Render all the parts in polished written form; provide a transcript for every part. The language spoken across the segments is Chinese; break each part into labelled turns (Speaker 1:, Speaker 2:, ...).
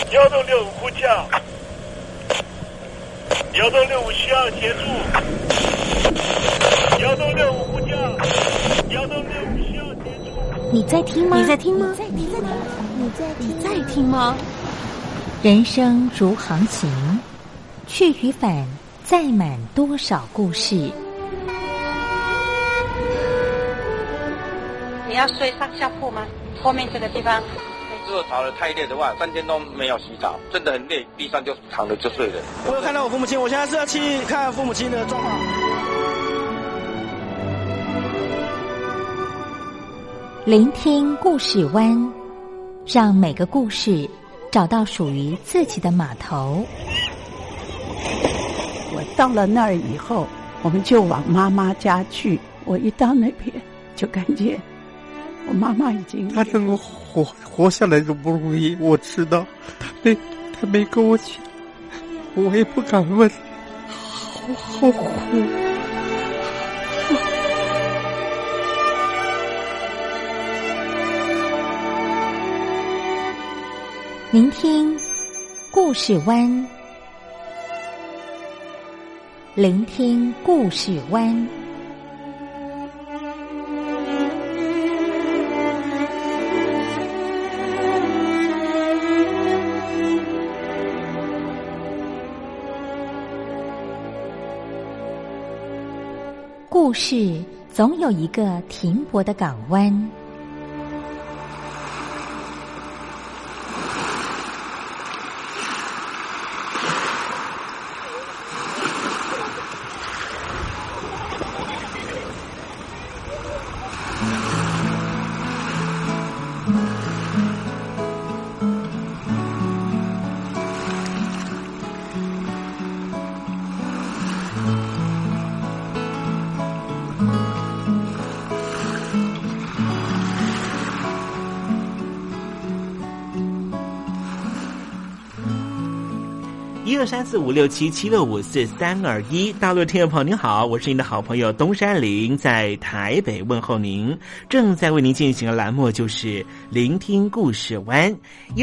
Speaker 1: 幺洞六五呼叫，幺洞六五需要协助，幺洞六五呼叫，幺洞六五需要协助。
Speaker 2: 你在听吗？
Speaker 3: 你在听吗？
Speaker 2: 你在听吗？
Speaker 4: 人生如航行，去与返，载满多少故事。
Speaker 3: 你要睡上下铺吗？后面这个地方。
Speaker 5: 如果吵得太累的话，3天都没有洗澡，真的很累，地上就躺着就睡了。
Speaker 6: 我有看到我父母亲，我现在是要去看父母亲的状况。
Speaker 4: 聆听故事湾，让每个故事找到属于自己的码头。
Speaker 7: 我到了那儿以后，我们就往妈妈家去。我一到那边，就感觉我妈妈已经
Speaker 8: 她能够活下来都不容易，我知道。她没跟我讲，我也不敢问，好苦。
Speaker 4: 聆听故事湾，聆听故事湾。故事总有一个停泊的港湾。
Speaker 9: 123456776543221，大陆的听众朋友您好，我是您的好朋友东山林，在台北问候您。正在为您进行的栏目就是聆听故事湾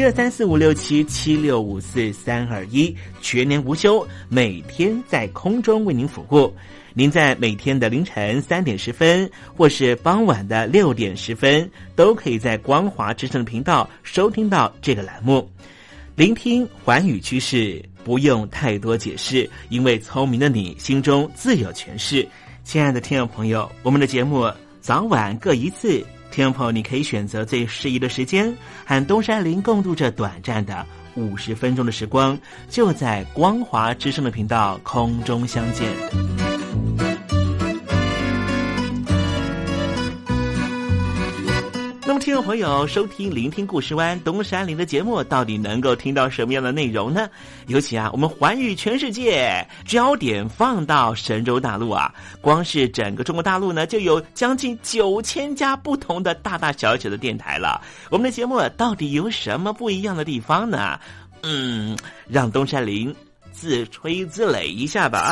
Speaker 9: ，123456776543221，全年无休，每天在空中为您服务。您在每天的凌晨3点10分，或是傍晚的6点10分，都可以在光华之声的频道收听到这个栏目。聆听寰宇趋势，不用太多解释，因为聪明的你心中自有诠释。亲爱的听众朋友，我们的节目早晚各一次，听众朋友你可以选择最适宜的时间，和东山林共度这短暂的50分钟的时光，就在光华之声的频道空中相见。那么听众朋友收听聆听故事湾东山林的节目，到底能够听到什么样的内容呢？尤其我们寰宇全世界，焦点放到神州大陆光是整个中国大陆呢，就有将近9000家不同的大大小小的电台了。我们的节目到底有什么不一样的地方呢？让东山林自吹自擂一下吧。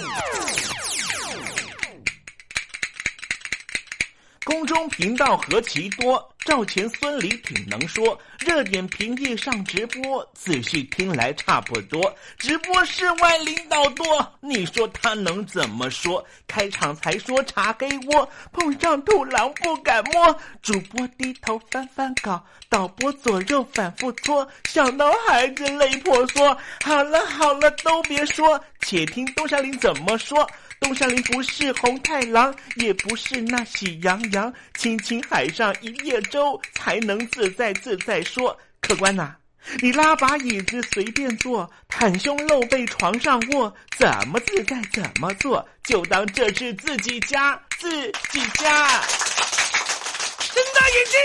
Speaker 9: 空中频道何其多，赵钱孙李挺能说，热点平地上直播，仔细听来差不多。直播室外领导多，你说他能怎么说？开场才说茶黑窝，碰上土狼不敢摸。主播低头翻翻稿，导播左右反复搓，想到孩子泪婆娑。好了好了，都别说，且听东山林怎么说。东山林不是红太狼，也不是那喜羊羊，亲亲海上一叶舟，才能自在自在说。客官你拉把椅子随便坐，袒胸露背床上卧，怎么自在怎么做，就当这是自己家，自己家。睁大眼睛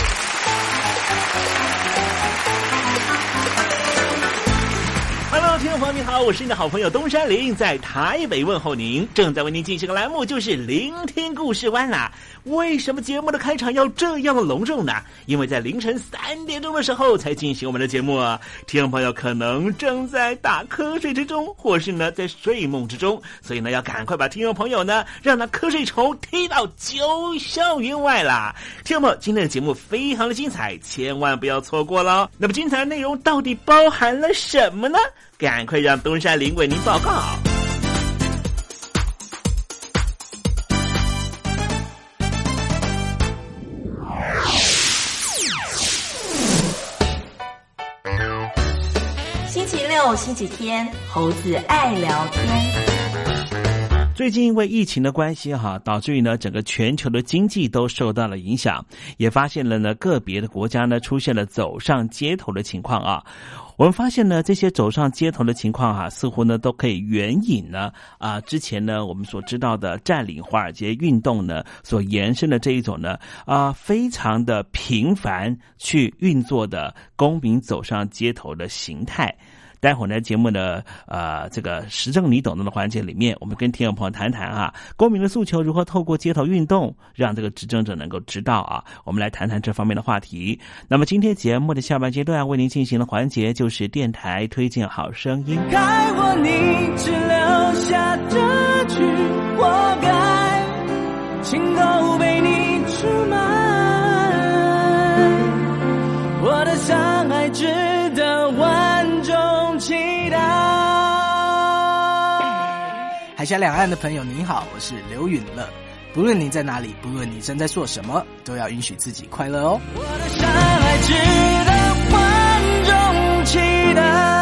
Speaker 9: ，Showtime！Hello， 听众众朋友您好，我是你的好朋友东山林，在台北问候您。正在为您进行的栏目就是聆听故事湾啦。为什么节目的开场要这样的隆重呢？因为在凌晨3点钟的时候才进行我们的节目啊。听众朋友可能正在打瞌睡之中，或是呢在睡梦之中，所以呢要赶快把听众朋友呢让那瞌睡虫踢到九霄云外啦。听众朋友，今天的节目非常的精彩，千万不要错过了。那么精彩的内容到底包含了什么呢？赶快让东山林为您报告。
Speaker 10: 星期六、星期天，猴子爱聊天。
Speaker 9: 最近因为疫情的关系导致于呢整个全球的经济都受到了影响，也发现了呢个别的国家呢出现了走上街头的情况啊。我们发现呢，这些走上街头的情况似乎呢都可以援引呢之前呢我们所知道的占领华尔街运动呢所延伸的这一种呢非常的频繁去运作的公民走上街头的形态。待会儿呢，节目的这个时政你懂的环节里面，我们跟听众朋友谈谈公民的诉求如何透过街头运动让这个执政者能够知道我们来谈谈这方面的话题。那么今天节目的下半阶段为您进行的环节就是电台推荐好声音。
Speaker 11: 该我你只留下这句活该，心都被你出卖，我的伤害值得万众期待。
Speaker 12: 海峡两岸的朋友您好，我是刘允乐。不论你在哪里，不论你正在做什么，都要允许自己快乐哦。
Speaker 11: 我的伤害值得万众期待。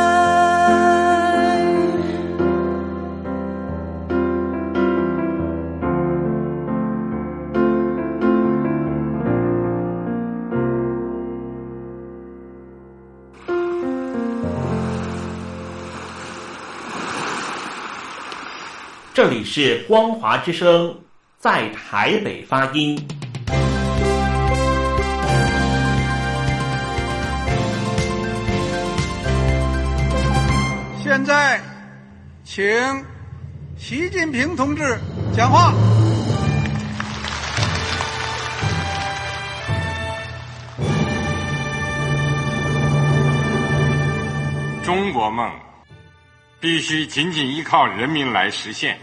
Speaker 9: 这里是光华之声，在台北发音。
Speaker 13: 现在，请习近平同志讲话。
Speaker 14: 中国梦必须紧紧依靠人民来实现。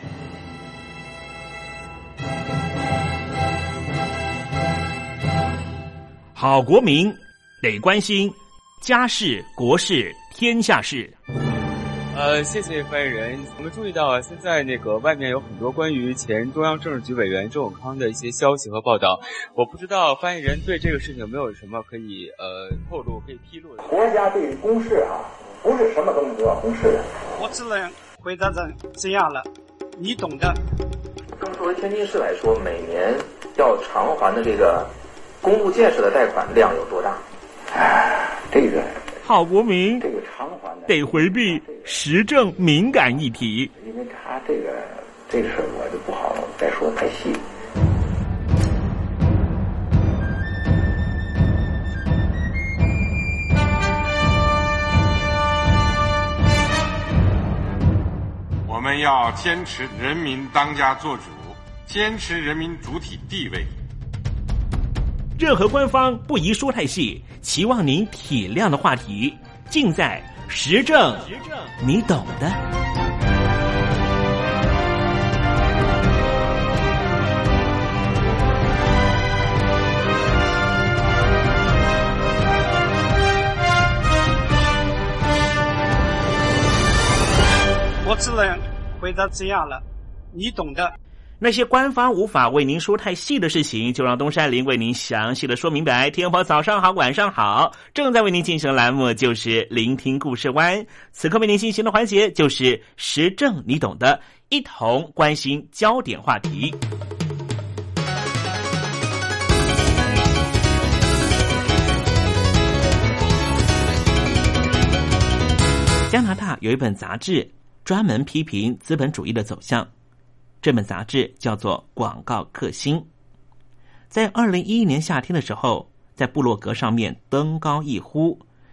Speaker 9: 好国民得关心家事、国事、天下事。
Speaker 15: 谢谢发言人。我们注意到现在外面有很多关于前中央政治局委员周永康的一些消息和报道。我不知道发言人对这个事情有没有什么可以透露、可以披露的。
Speaker 16: 国家对于公事不是什么东西都要公示的。
Speaker 17: 我只能回答这样了，你懂的。
Speaker 16: 作为天津市来说，每年要偿还的这个公路建设的贷款量有多大？这个
Speaker 9: 好国民
Speaker 16: 这个偿还
Speaker 9: 得回避时政敏感议题，
Speaker 16: 因为他这个事我就不好再说太细。
Speaker 14: 我们要坚持人民当家作主，坚持人民主体地位。
Speaker 9: 任何官方不宜说太细，期望您体谅的话题，尽在时政你懂的。
Speaker 17: 我只能回答这样了，你懂的。
Speaker 9: 那些官方无法为您说太细的事情，就让东山林为您详细的说明白。天婆早上好，晚上好，正在为您进行的栏目就是聆听故事湾，此刻为您进行的环节就是时政你懂的，一同关心焦点话题。加拿大有一本杂志专门批评资本主义的走向，这本杂志叫做《广告克星》。在2011年夏天的时候，在部落格上面登高一呼，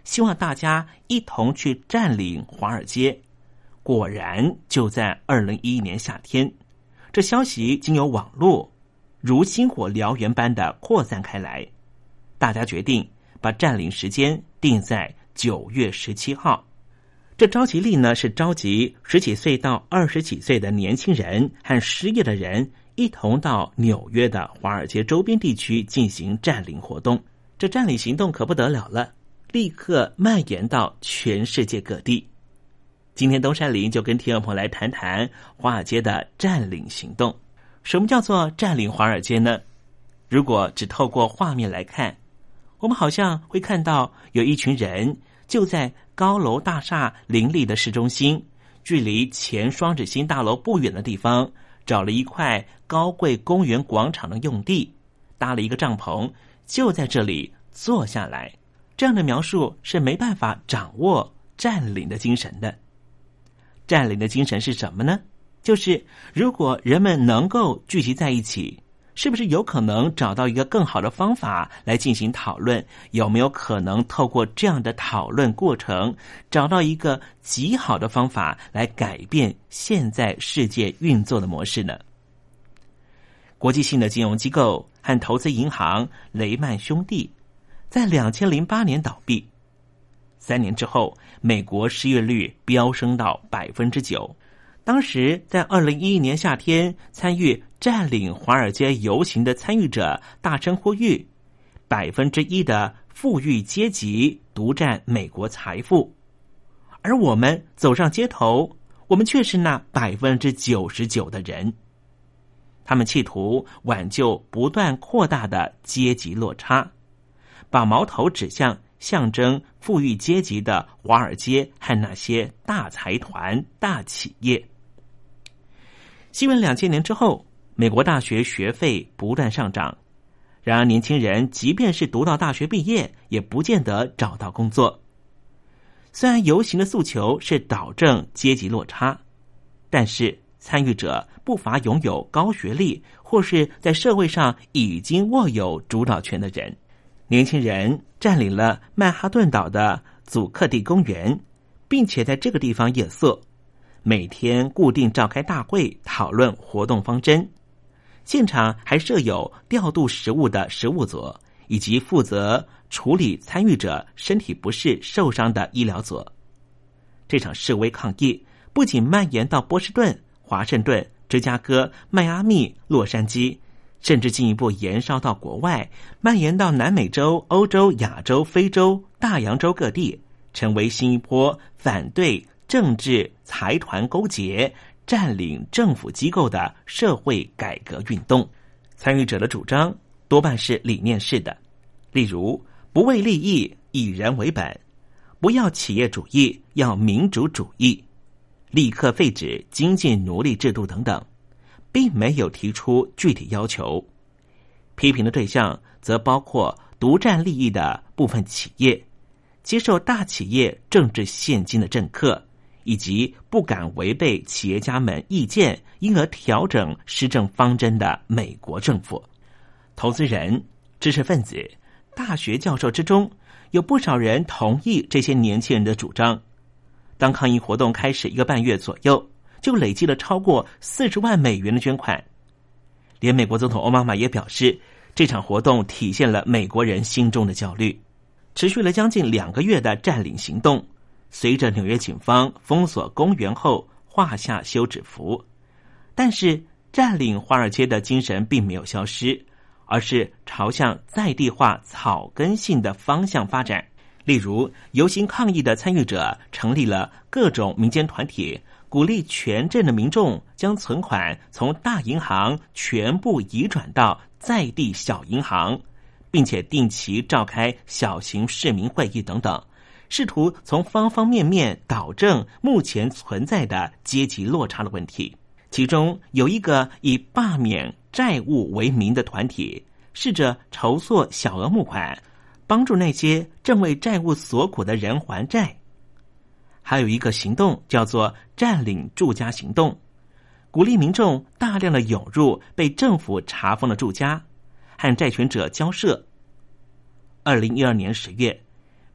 Speaker 9: 希望大家一同去占领华尔街。果然，就在2011年夏天，这消息经由网络如星火燎原般的扩散开来。大家决定把占领时间定在9月17号。这召集令呢，是召集10几岁到20几岁的年轻人和失业的人一同到纽约的华尔街周边地区进行占领活动。这占领行动可不得了了，立刻蔓延到全世界各地。今天东山林就跟听众朋友来谈谈华尔街的占领行动。什么叫做占领华尔街呢？如果只透过画面来看，我们好像会看到有一群人就在高楼大厦林立的市中心，距离前双子星大楼不远的地方，找了一块高贵公园广场的用地，搭了一个帐篷，就在这里坐下来。这样的描述是没办法掌握占领的精神的。占领的精神是什么呢？就是如果人们能够聚集在一起，是不是有可能找到一个更好的方法来进行讨论？有没有可能透过这样的讨论过程，找到一个极好的方法来改变现在世界运作的模式呢？国际性的金融机构和投资银行雷曼兄弟在2008年倒闭，3年之后，美国失业率飙升到 9%。当时在2011年夏天参与占领华尔街游行的参与者大声呼吁，1%的富裕阶级独占美国财富，而我们走上街头，我们却是那99%的人。他们企图挽救不断扩大的阶级落差，把矛头指向象征富裕阶级的华尔街和那些大财团、大企业。西元2000年之后，美国大学学费不断上涨，然而年轻人即便是读到大学毕业，也不见得找到工作。虽然游行的诉求是导正阶级落差，但是参与者不乏拥有高学历或是在社会上已经握有主导权的人。年轻人占领了曼哈顿岛的祖克地公园，并且在这个地方夜宿，每天固定召开大会讨论活动方针，现场还设有调度食物的食物组，以及负责处理参与者身体不适受伤的医疗组。这场示威抗议不仅蔓延到波士顿、华盛顿、芝加哥、迈阿密、洛杉矶，甚至进一步延烧到国外，蔓延到南美洲、欧洲、亚洲、非洲、大洋洲各地，成为新一波反对政治财团勾结、占领政府机构的社会改革运动。参与者的主张多半是理念式的，例如不为利益，以人为本，不要企业主义，要民主主义，立刻废止经济奴隶制度等等，并没有提出具体要求。批评的对象则包括独占利益的部分企业，接受大企业政治现金的政客，以及不敢违背企业家们意见，因而调整施政方针的美国政府。投资人、知识分子、大学教授之中，有不少人同意这些年轻人的主张。当抗议活动开始1个半月左右，就累积了超过40万美元的捐款。连美国总统奥巴马也表示，这场活动体现了美国人心中的焦虑。持续了将近2个月的占领行动，随着纽约警方封锁公园后画下休止符，但是占领华尔街的精神并没有消失，而是朝向在地化草根性的方向发展。例如，游行抗议的参与者成立了各种民间团体，鼓励全镇的民众将存款从大银行全部移转到在地小银行，并且定期召开小型市民会议等等，试图从方方面面导正目前存在的阶级落差的问题。其中有一个以罢免债务为名的团体，试着筹措小额募款，帮助那些正为债务所苦的人还债。还有一个行动叫做占领住家行动，鼓励民众大量的涌入被政府查封的住家，和债权者交涉。2012年10月，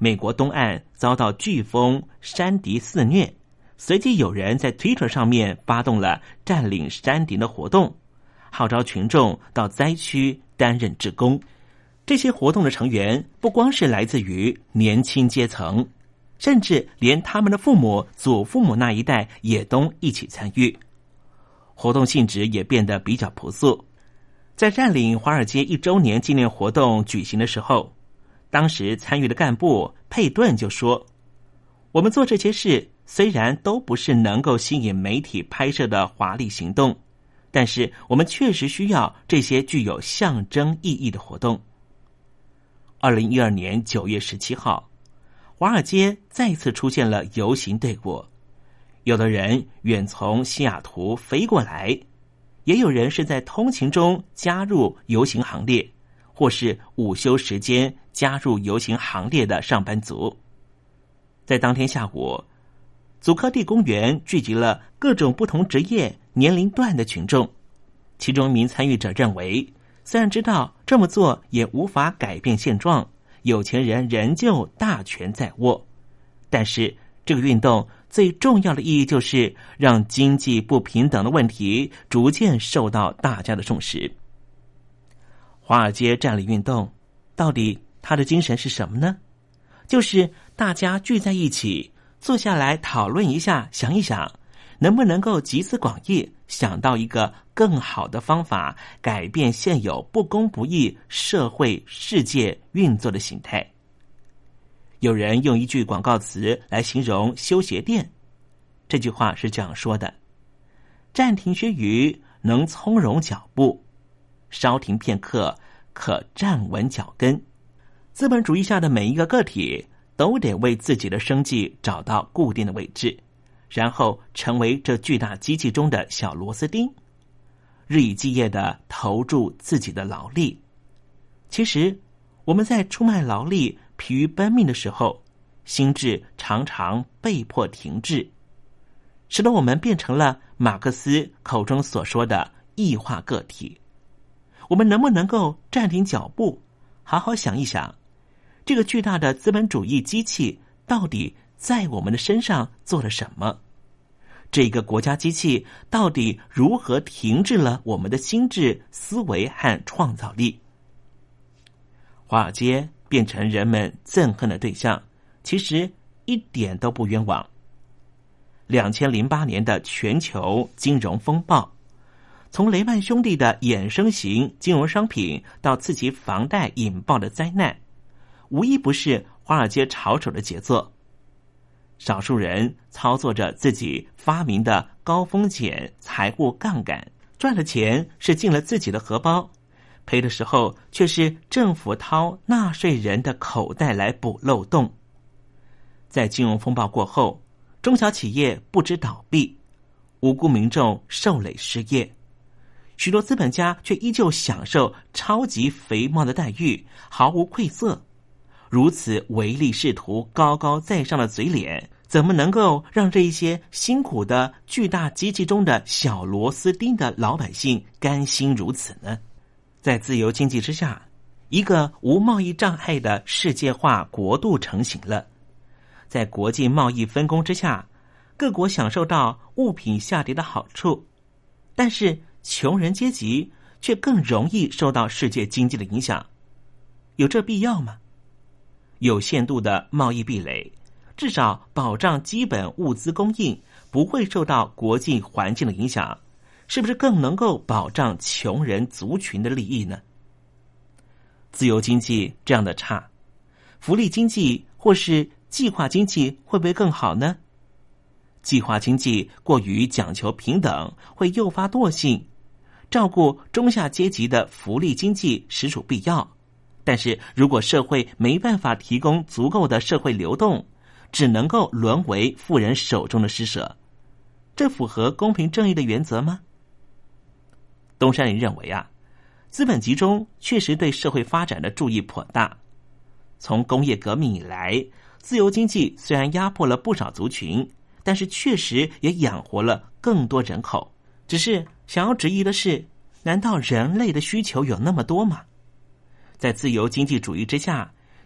Speaker 9: 美国东岸遭到飓风山迪肆虐，随即有人在 Twitter 上面发动了占领山迪的活动，号召群众到灾区担任志工。这些活动的成员不光是来自于年轻阶层，甚至连他们的父母、祖父母那一代也都一起参与。活动性质也变得比较朴素。在占领华尔街1周年纪念活动举行的时候，当时参与的干部佩顿就说，我们做这些事虽然都不是能够吸引媒体拍摄的华丽行动，但是我们确实需要这些具有象征意义的活动。2012年9月17号，华尔街再次出现了游行队伍，有的人远从西雅图飞过来，也有人是在通勤中加入游行行列，或是午休时间加入游行行列的上班族。在当天下午，祖科蒂公园聚集了各种不同职业、年龄段的群众。其中一名参与者认为，虽然知道这么做也无法改变现状，有钱人仍旧大权在握，但是这个运动最重要的意义就是让经济不平等的问题逐渐受到大家的重视。华尔街占领运动到底它的精神是什么呢？就是大家聚在一起，坐下来讨论一下，想一想能不能够集思广益，想到一个更好的方法，改变现有不公不义社会世界运作的形态。有人用一句广告词来形容修鞋店，这句话是这样说的：暂停须臾，能从容脚步；稍停片刻，可站稳脚跟。资本主义下的每一个个体都得为自己的生计找到固定的位置，然后成为这巨大机器中的小螺丝钉，日以继夜地投注自己的劳力。其实我们在出卖劳力、疲于奔命的时候，心智常常被迫停滞，使得我们变成了马克思口中所说的异化个体。我们能不能够暂停脚步，好好想一想，这个巨大的资本主义机器到底在我们的身上做了什么？这个国家机器到底如何停滞了我们的心智、思维和创造力？华尔街变成人们憎恨的对象，其实一点都不冤枉。2008年的全球金融风暴，从雷曼兄弟的衍生型金融商品到刺激房贷引爆的灾难，无一不是华尔街炒手的杰作。少数人操作着自己发明的高风险财务杠杆，赚了钱是进了自己的荷包，赔的时候却是政府掏纳税人的口袋来补漏洞。在金融风暴过后，中小企业不知倒闭，无辜民众受累失业，许多资本家却依旧享受超级肥茂的待遇，毫无愧色。如此唯利是图、高高在上的嘴脸，怎么能够让这一些辛苦的巨大机器中的小螺丝钉的老百姓甘心如此呢？在自由经济之下，一个无贸易障碍的世界化国度成型了。在国际贸易分工之下，各国享受到物品下跌的好处，但是穷人阶级却更容易受到世界经济的影响。有这必要吗？有限度的贸易壁垒，至少保障基本物资供应不会受到国际环境的影响，是不是更能够保障穷人族群的利益呢？自由经济这样的差，福利经济或是计划经济会不会更好呢？计划经济过于讲求平等，会诱发惰性，照顾中下阶级的福利经济实属必要。但是如果社会没办法提供足够的社会流动，只能够沦为富人手中的施舍，这符合公平正义的原则吗？东山林认为资本集中确实对社会发展的注意颇大。从工业革命以来，自由经济虽然压迫了不少族群，但是确实也养活了更多人口。只是想要质疑的是，难道人类的需求有那么多吗？在自由经济主义之下，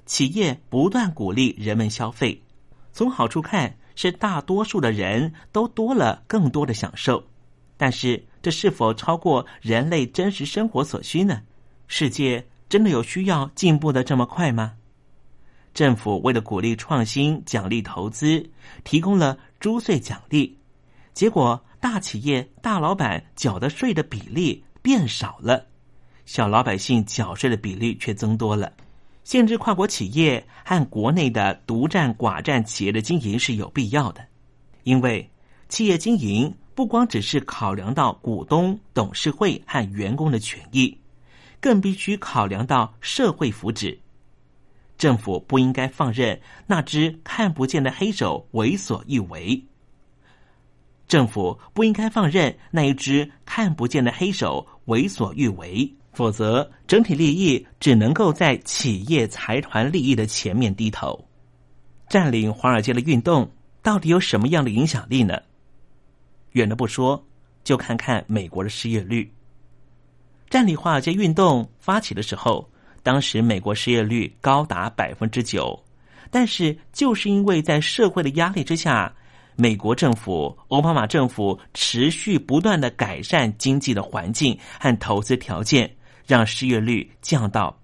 Speaker 9: 企业不断鼓励人们消费，从好处看，是大多数的人都多了更多的享受。但是这是否超过人类真实生活所需呢？世界真的有需要进步的这么快吗？政府为了鼓励创新，奖励投资，提供了租税奖励，结果大企业大老板缴的税的比例变少了，小老百姓缴税的比例却增多了。限制跨国企业和国内的独占寡占企业的经营是有必要的，因为企业经营不光只是考量到股东、董事会和员工的权益，更必须考量到社会福祉。政府不应该放任那只看不见的黑手为所欲为，政府不应该放任那一只看不见的黑手为所欲为，否则整体利益只能够在企业财团利益的前面低头。占领华尔街的运动到底有什么样的影响力呢？远的不说，就看看美国的失业率。占领华尔街运动发起的时候，当时美国失业率高达 9%， 但是就是因为在社会的压力之下，美国政府奥巴马政府持续不断的改善经济的环境和投资条件，让失业率降到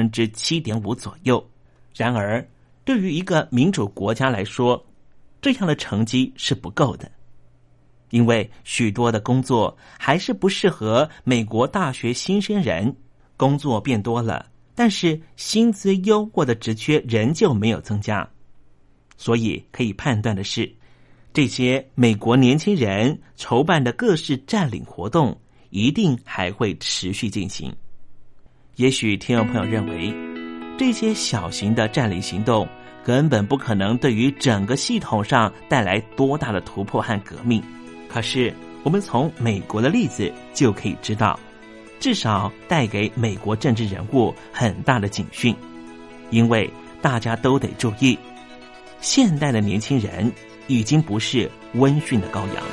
Speaker 9: 7.5% 左右。然而对于一个民主国家来说，这样的成绩是不够的，因为许多的工作还是不适合美国大学新生人，工作变多了，但是薪资优渥的职缺仍旧没有增加。所以可以判断的是，这些美国年轻人筹办的各式占领活动一定还会持续进行。也许听众朋友认为，这些小型的占领行动根本不可能对于整个系统上带来多大的突破和革命。可是我们从美国的例子就可以知道，至少带给美国政治人物很大的警讯。因为大家都得注意，现代的年轻人已经不是温驯的羔羊。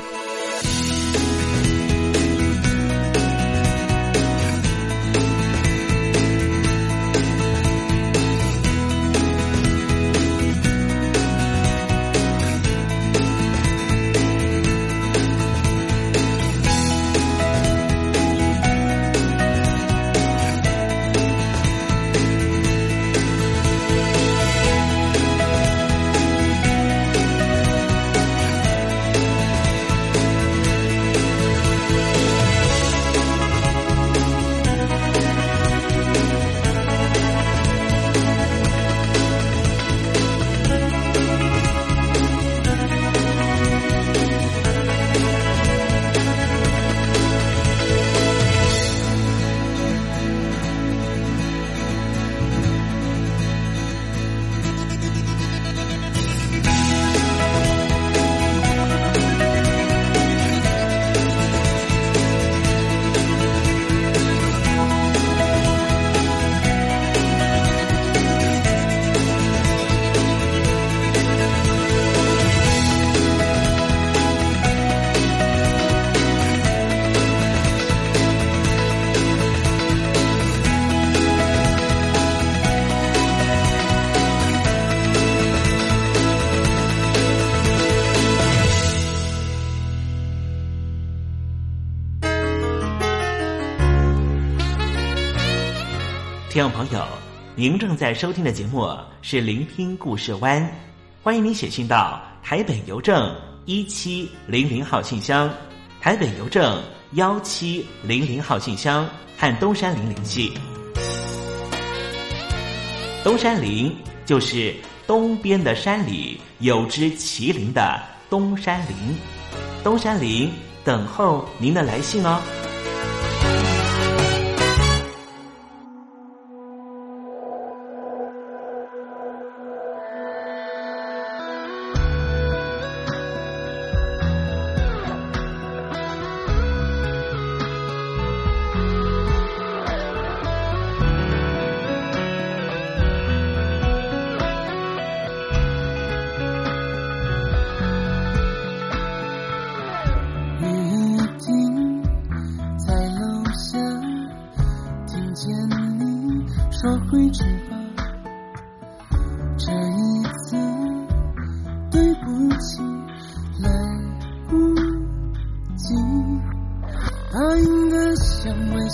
Speaker 9: 听众朋友，您正在收听的节目是聆听故事湾，欢迎您写信到台北邮政1700号信箱，台北邮政1700号信箱，和东山林联系。东山林就是东边的山里有只麒麟的东山林，东山林等候您的来信哦。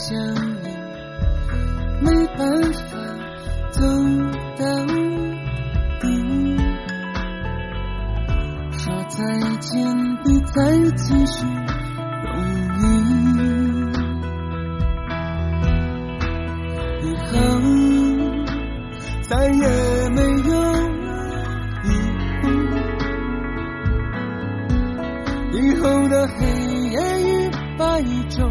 Speaker 11: 相依，没办法走到底。说再见比再继续容易，以后再也没有以后的黑夜与白昼，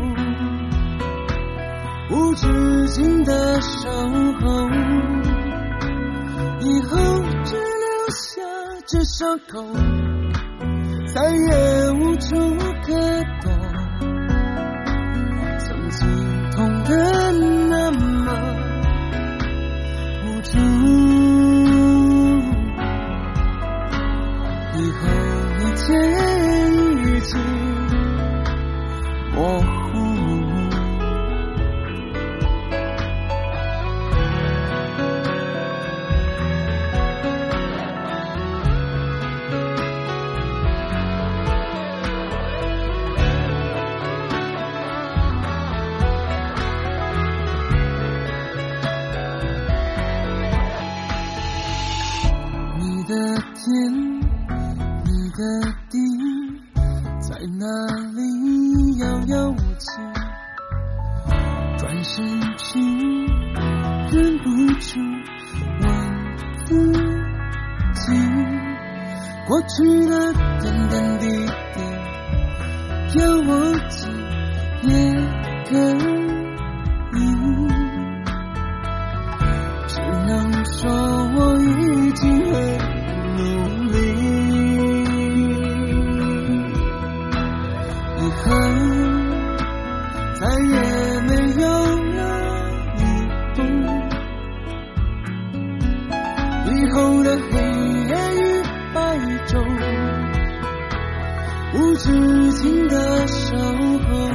Speaker 11: 无止境的守候，以后只留下这伤口，再也无处可躲。曾经痛得那么无助，以后一切已经模糊。你的天，你的地，在哪里遥遥无期？转身去，忍不住问自己，过去的点点滴滴，要忘记也可以，只能说我已经很努力。以后再也没有了以后的黑夜与白昼，无止境的守候，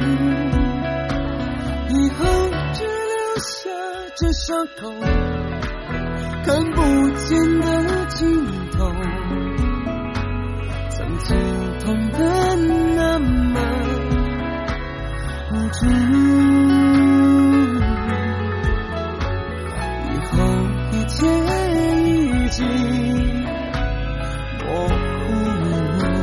Speaker 11: 以后只留下这伤口，看不见的尽头。曾经痛得那么无助，以后一切已经模糊。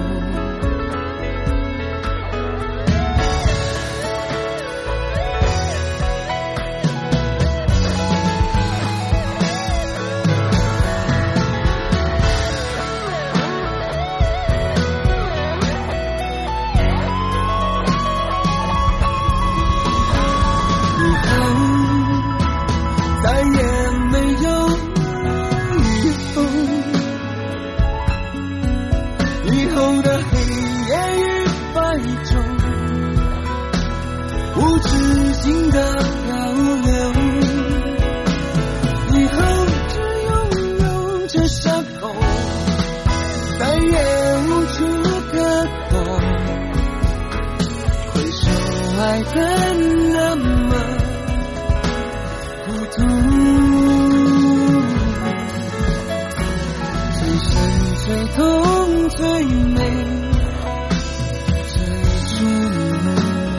Speaker 11: 再也没有以后的黑夜与白昼，无止境的漂流，以后只拥有这伤口，再也无处可躲。回首爱的那么糊涂，最深最痛最美最初。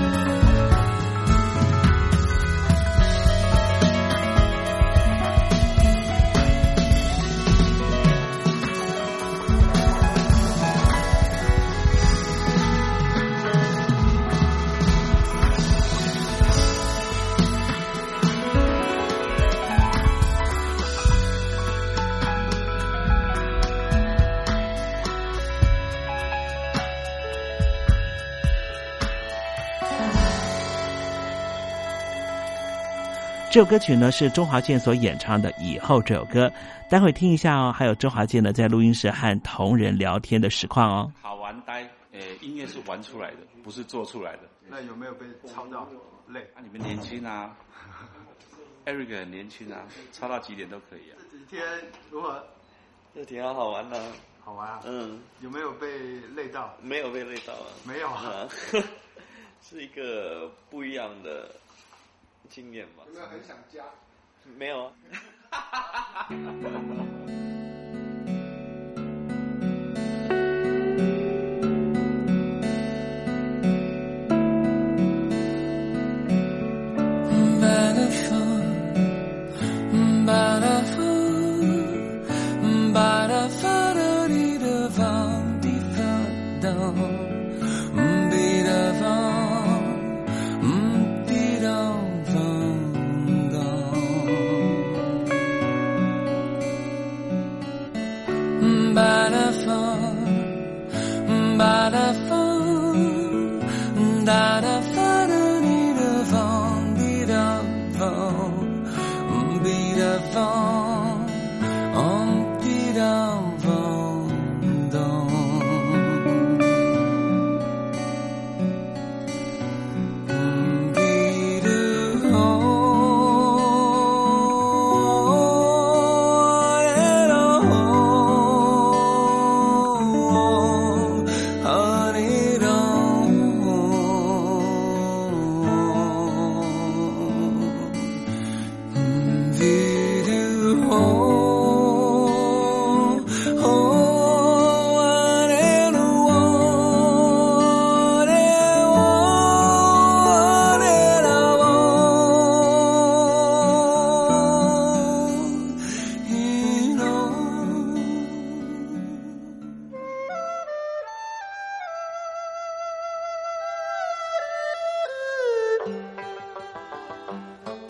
Speaker 9: 这首歌曲呢是周华健所演唱的《以后》这首歌，待会听一下哦。还有周华健呢在录音室和同仁聊天的实况哦。
Speaker 18: 好玩呆，音乐是玩出来的，不是做出来的。
Speaker 13: 那有没有被操到累？
Speaker 18: 你们年轻啊，Eric 很年轻啊，操到几点都可以啊。
Speaker 13: 这几天如何？
Speaker 19: 这挺好玩的。
Speaker 13: 好玩啊。有没有被累到？
Speaker 19: 没有被累到啊。
Speaker 13: 没有啊。
Speaker 19: 是一个不一样的经验吧。
Speaker 13: 有没有很想家？
Speaker 19: 没有啊。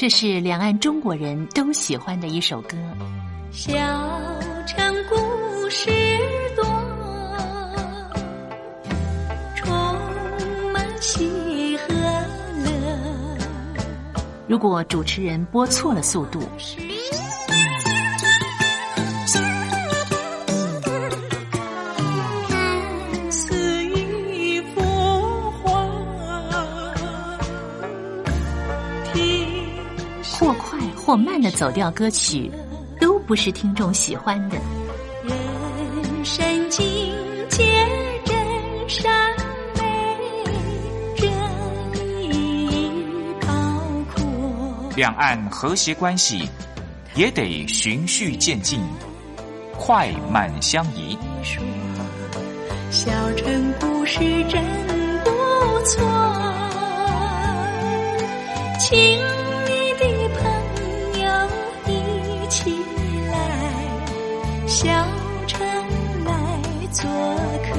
Speaker 4: 这是两岸中国人都喜欢的一首歌。
Speaker 11: 小城故事多，充满喜和乐。
Speaker 4: 如果主持人播错了速度，
Speaker 11: 似一幅画，
Speaker 4: 或快或慢的走调歌曲都不是听众喜欢的。
Speaker 11: 人生境界真善美，真义高阔。
Speaker 20: 两岸和谐关系也得循序渐进，快慢相宜。
Speaker 11: 小城故事真不错，请你的朋友一起来小城来做客。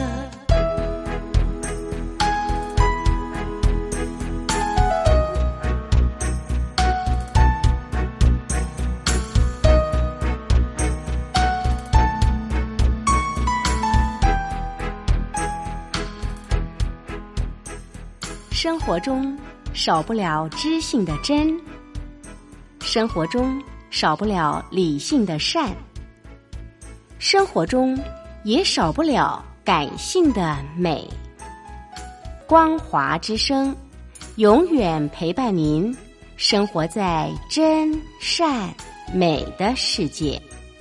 Speaker 2: 生活中少不了知性的真，生活中少不了理性的善，生活中也少不了感性的美。光华之声永远陪伴您生活在真善美的世界。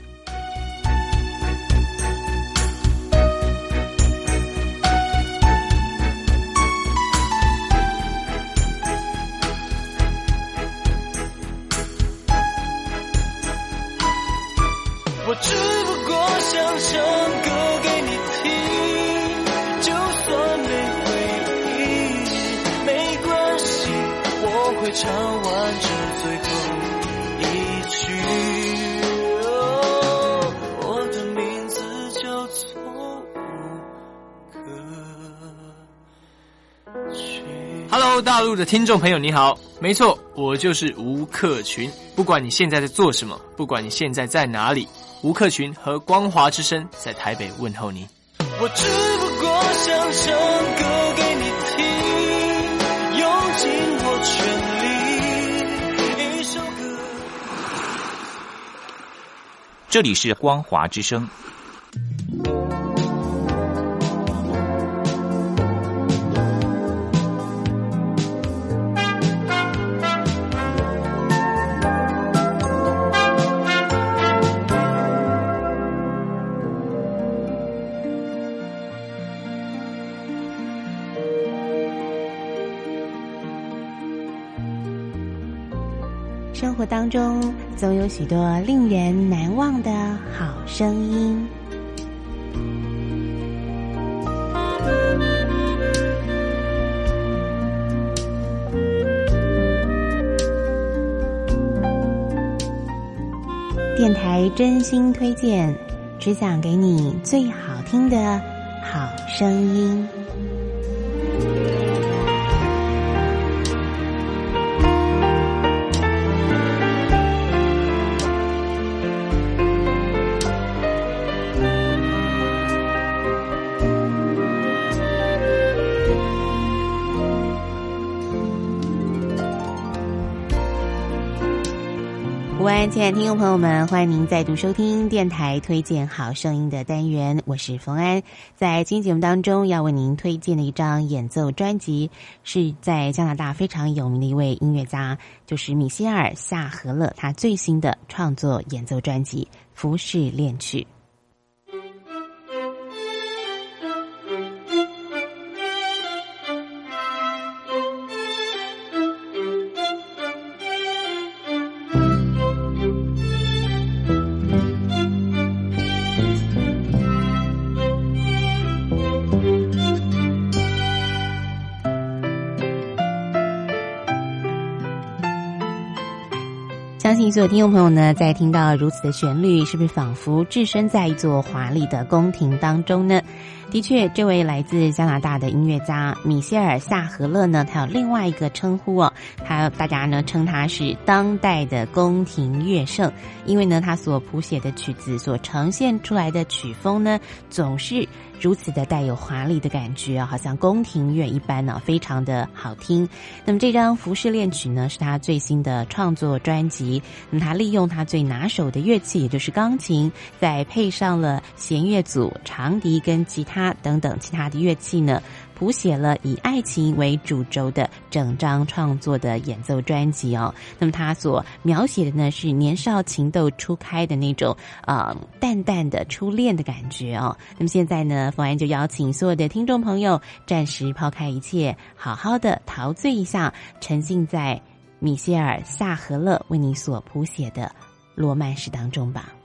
Speaker 11: 我只不过想唱歌给你听，就算没回应没关系，我会唱完这最后一句。我的名字叫做吴克群。
Speaker 12: Hello， 大陆的听众朋友你好，没错，我就是吴克群。不管你现在在做什么，不管你现在在哪里，吴克群和光华之声在台北问候你。
Speaker 11: 我只不过想唱歌给你听，用尽我全力，一首歌。
Speaker 20: 这里是光华之声。
Speaker 21: 生活当中总有许多令人难忘的好声音。电台真心推荐，只想给你最好听的好声音。午安，亲爱的听众朋友们，欢迎您再度收听电台推荐好声音的单元，我是冯安。在今天节目当中要为您推荐的一张演奏专辑，是在加拿大非常有名的一位音乐家，就是米歇尔·夏荷勒，他最新的创作演奏专辑《浮世恋曲》。相信所有听众朋友呢，在听到如此的旋律，是不是仿佛置身在一座华丽的宫廷当中呢？ 的确，这位来自加拿大的音乐家米歇尔·萨荷勒呢，他有另外一个称呼哦，大家呢称他是当代的宫廷乐圣，因为呢他所谱写的曲子所呈现出来的曲风呢，总是如此的带有华丽的感觉，好像宫廷乐一般呢，非常的好听。那么这张《浮世恋曲》呢，是他最新的创作专辑。那么他利用他最拿手的乐器，也就是钢琴，再配上了弦乐组、长笛跟吉他等等其他的乐器呢，谱写了以爱情为主轴的整张创作的演奏专辑哦。那么他所描写的呢，是年少情窦初开的那种淡淡的初恋的感觉哦。那么现在呢，冯安就邀请所有的听众朋友暂时抛开一切，好好的陶醉一下，沉浸在米歇尔·萨荷勒为你所谱写的罗曼史当中吧。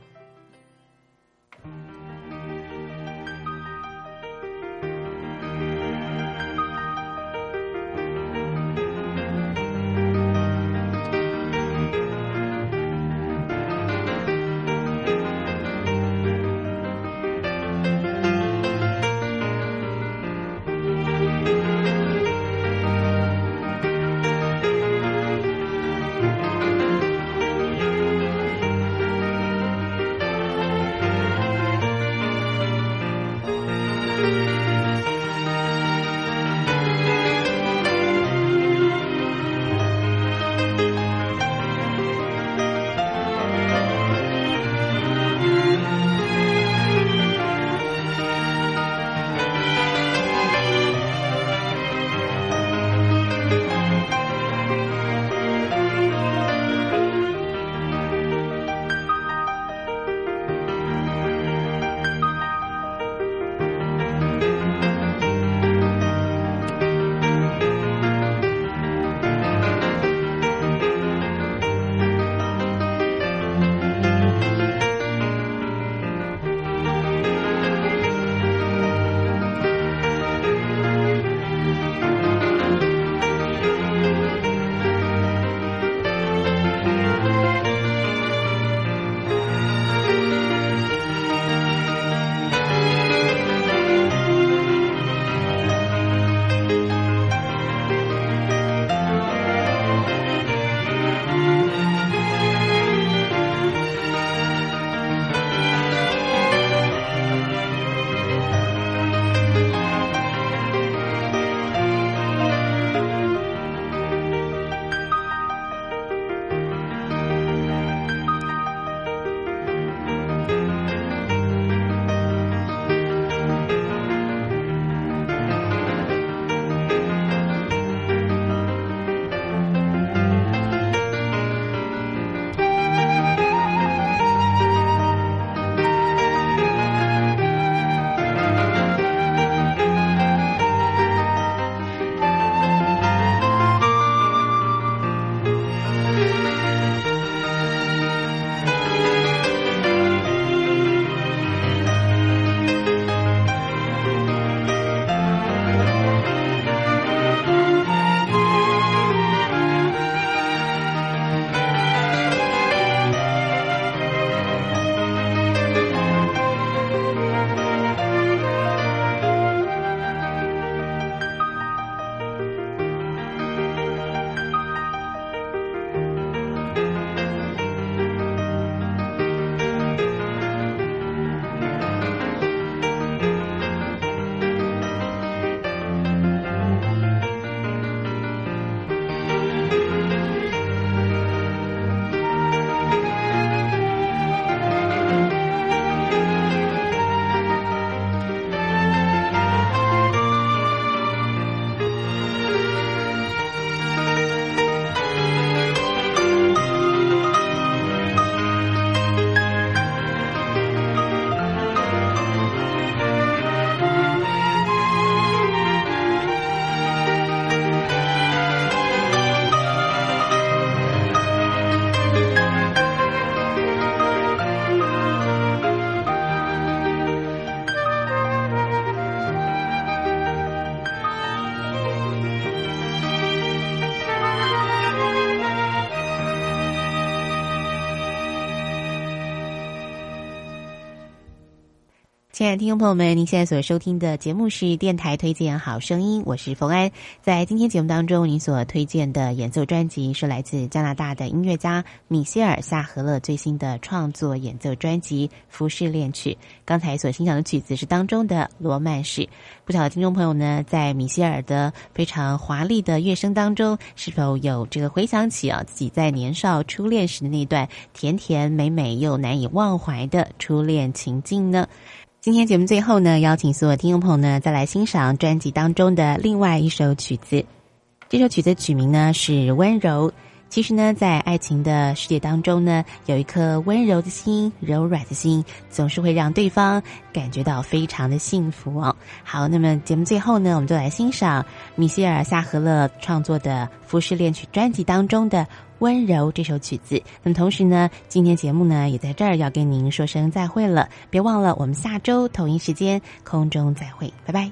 Speaker 21: 亲爱的听众朋友们，您现在所收听的节目是电台推荐好声音，我是冯安。在今天节目当中，您所推荐的演奏专辑是来自加拿大的音乐家米歇尔·夏荷勒最新的创作演奏专辑《浮士恋曲》。刚才所欣赏的曲子是当中的罗曼史。不晓得听众朋友呢，在米歇尔的非常华丽的乐声当中，是否有这个回想起自己在年少初恋时的那段甜甜美美又难以忘怀的初恋情境呢？今天节目最后呢，邀请所有听众朋友呢，再来欣赏专辑当中的另外一首曲子。这首曲子曲名呢是《温柔》。其实呢，在爱情的世界当中呢，有一颗温柔的心、柔软的心，总是会让对方感觉到非常的幸福哦。好，那么节目最后呢，我们就来欣赏米歇尔·夏荷勒创作的《浮士恋曲》专辑当中的《温柔》这首曲子。那么同时呢，今天节目呢也在这儿要跟您说声再会了，别忘了我们下周同一时间空中再会，拜拜。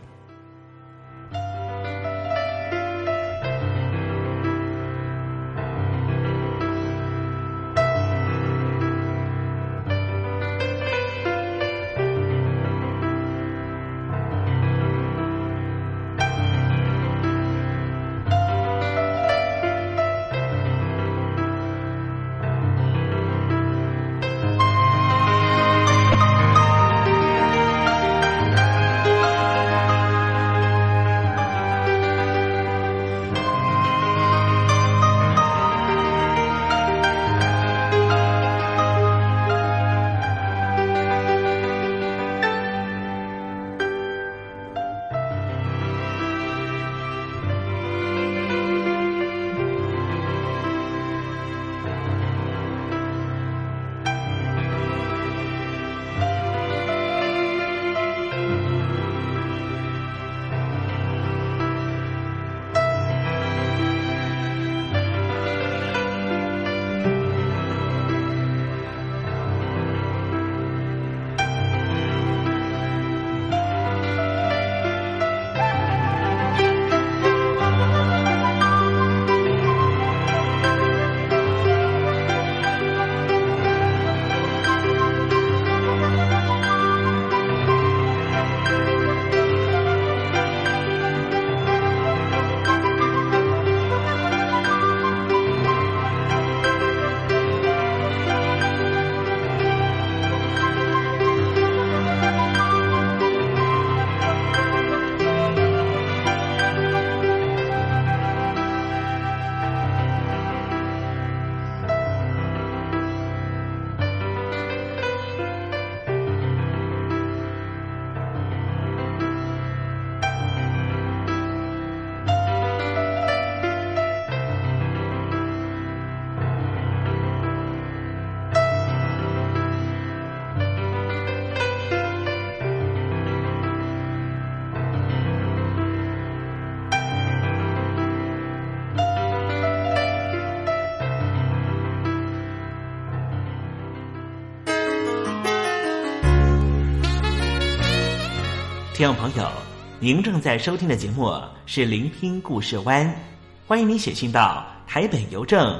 Speaker 9: 听众朋友，您正在收听的节目是聆听故事湾，欢迎您写信到台北邮政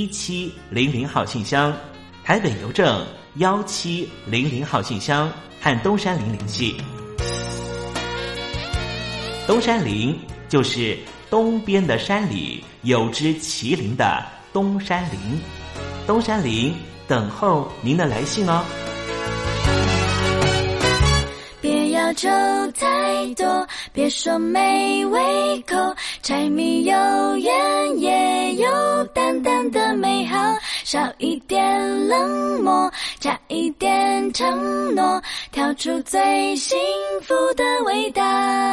Speaker 9: 1700号信箱，台北邮政1700号信箱，和东山林联系。东山林就是东边的山里有只麒麟的东山林，东山林等候您的来信哦。
Speaker 1: 别要求太多，别说没胃口，柴米油盐也有淡淡的美好，少一点冷漠，加一点承诺，跳出最幸福的味道。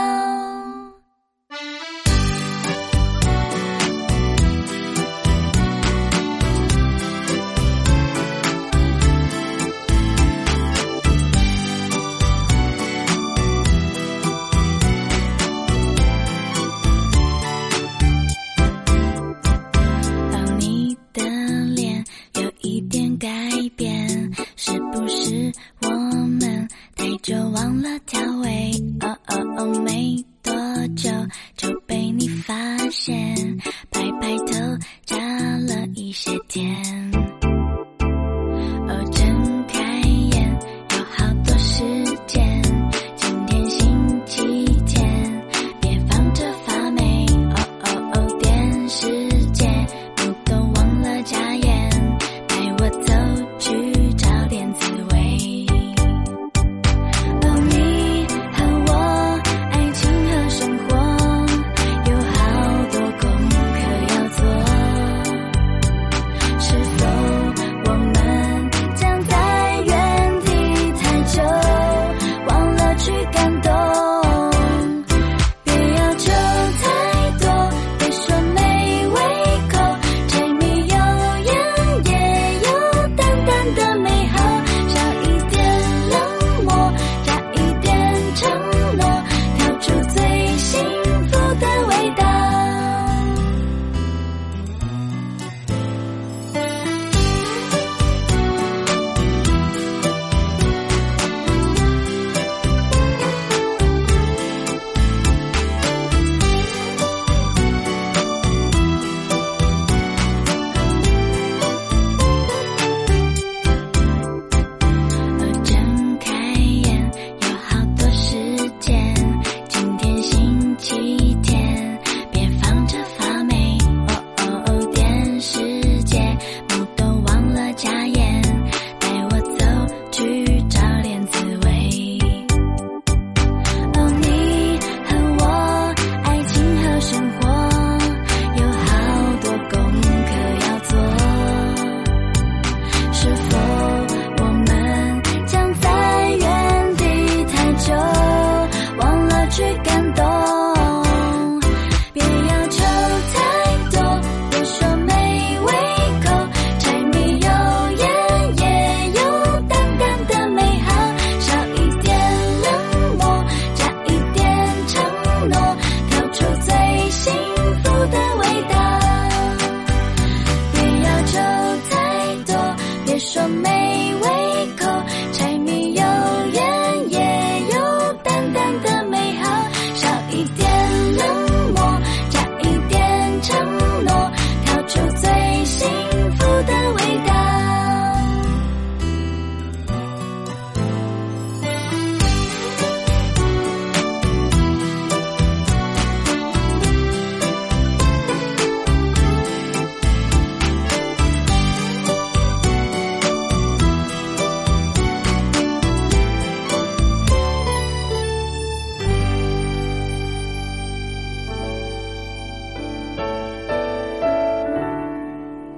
Speaker 1: 是不是我们太久忘了调味？没多久就被你发现，拍拍头加了一些甜。睁开眼有好多时间，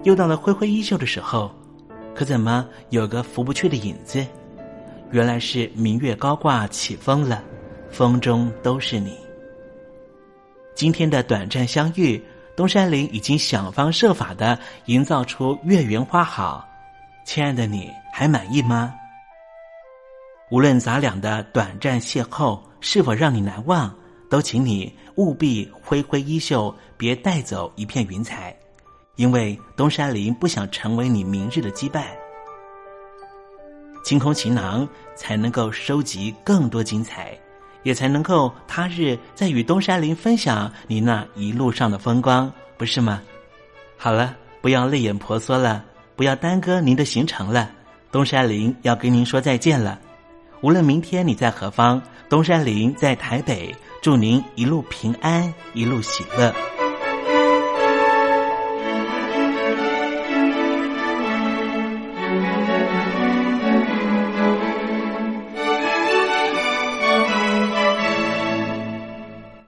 Speaker 9: 又到了挥挥衣袖的时候，可怎么有个拂不去的影子？原来是明月高挂起风了，风中都是你。今天的短暂相遇，东山林已经想方设法地营造出月圆花好。亲爱的你，还满意吗？无论咱俩的短暂邂逅是否让你难忘，都请你务必挥挥衣袖，别带走一片云彩，因为东山林不想成为你明日的羁绊。清空行囊，才能够收集更多精彩，也才能够他日再与东山林分享你那一路上的风光，不是吗？好了，不要泪眼婆娑了，不要耽搁您的行程了，东山林要跟您说再见了。无论明天你在何方，东山林在台北，祝您一路平安，一路喜乐。